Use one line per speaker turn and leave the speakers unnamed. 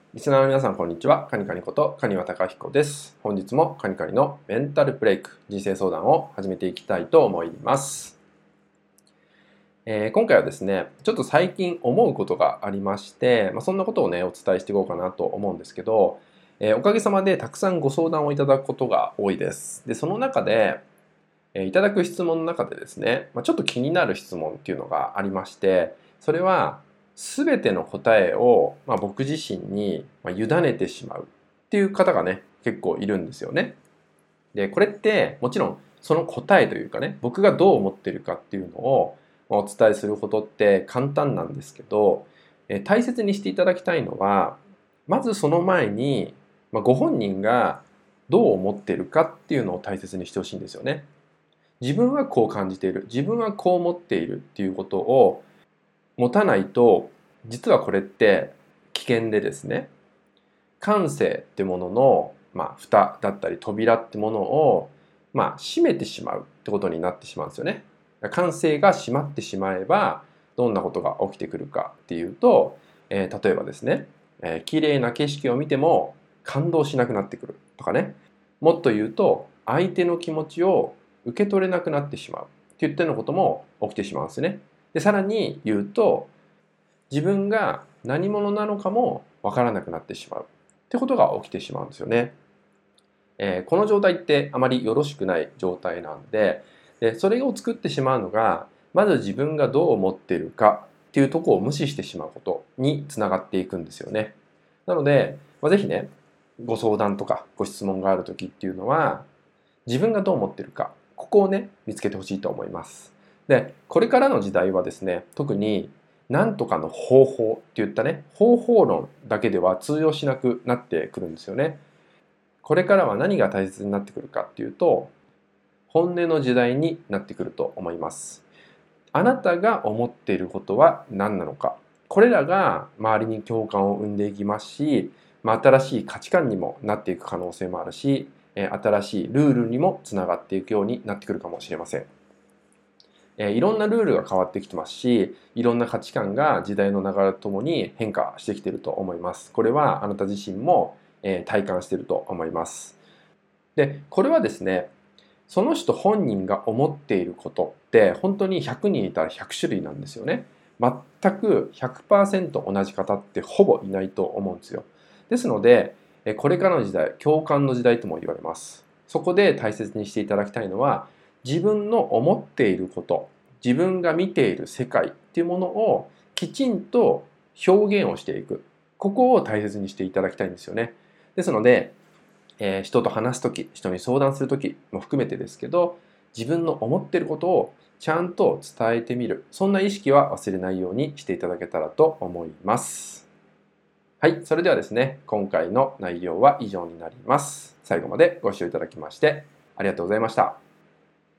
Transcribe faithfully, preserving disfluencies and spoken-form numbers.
リスナーの皆さん、こんにちは。カニカニことカニワタカヒコです。本日もカニカニのメンタルブレイク、人生相談を始めていきたいと思います。えー今回はですね、ちょっと最近思うことがありまして、まあ、そんなことをね、お伝えしていこうかなと思うんですけど、えーおかげさまでたくさんご相談をいただくことが多いです。で、その中で、えーいただく質問の中でですね、まあ、ちょっと気になる質問っていうのがありまして、それは、すべての答えを、まあ、僕自身にまあ委ねてしまうっていう方がね、結構いるんですよね。で、これってもちろんその答えというかね、僕がどう思ってるかっていうのをまあお伝えすることって簡単なんですけど、えー大切にしていただきたいのは、まずその前に、まあ、ご本人がどう思ってるかっていうのを大切にしてほしいんですよね。自分はこう感じている、自分はこう思っているっていうことを持たないと、実はこれって危険でですね、感性ってものの、まあ、蓋だったり扉ってものを、まあ、閉めてしまうってことになってしまうんですよね。感性が閉まってしまえばどんなことが起きてくるかっていうと、えー例えばですね、えー、綺麗な景色を見ても感動しなくなってくるとかね、もっと言うと相手の気持ちを受け取れなくなってしまうっていったようなことも起きてしまうんですね。で、さらに言うと、自分が何者なのかもわからなくなってしまうってことが起きてしまうんですよね。えーこの状態ってあまりよろしくない状態なんで、でそれを作ってしまうのが、まず自分がどう思っているかっていうところを無視してしまうことにつながっていくんですよね。なので、まあ、ぜひね、ご相談とかご質問がある時っていうのは、自分がどう思ってるか、ここをね、見つけてほしいと思います。で、これからの時代はですね、特に何とかの方法っていったね、方法論だけでは通用しなくなってくるんですよね。これからは何が大切になってくるかっていうと、本音の時代になってくると思います。あなたが思っていることは何なのか。これらが周りに共感を生んでいきますし、まあ、新しい価値観にもなっていく可能性もあるし、えー新しいルールにもつながっていくようになってくるかもしれません。えーいろんなルールが変わってきてますし、いろんな価値観が時代の流れとともに変化してきていると思います。これはあなた自身も、えー体感していると思います。で、これはですね、その人本人が思っていることって本当にひゃくにんいたらひゃく種類なんですよね。全くひゃくパーセント同じ方ってほぼいないと思うんですよ。ですので、えこれからの時代、共感の時代とも言われます。そこで大切にしていただきたいのは、自分の思っていること、自分が見ている世界っていうものをきちんと表現をしていく。ここを大切にしていただきたいんですよね。ですので、えー人と話すとき、人に相談するときも含めてですけど、自分の思っていることをちゃんと伝えてみる。そんな意識は忘れないようにしていただけたらと思います。はい、それではですね、今回の内容は以上になります。最後までご視聴いただきましてありがとうございました。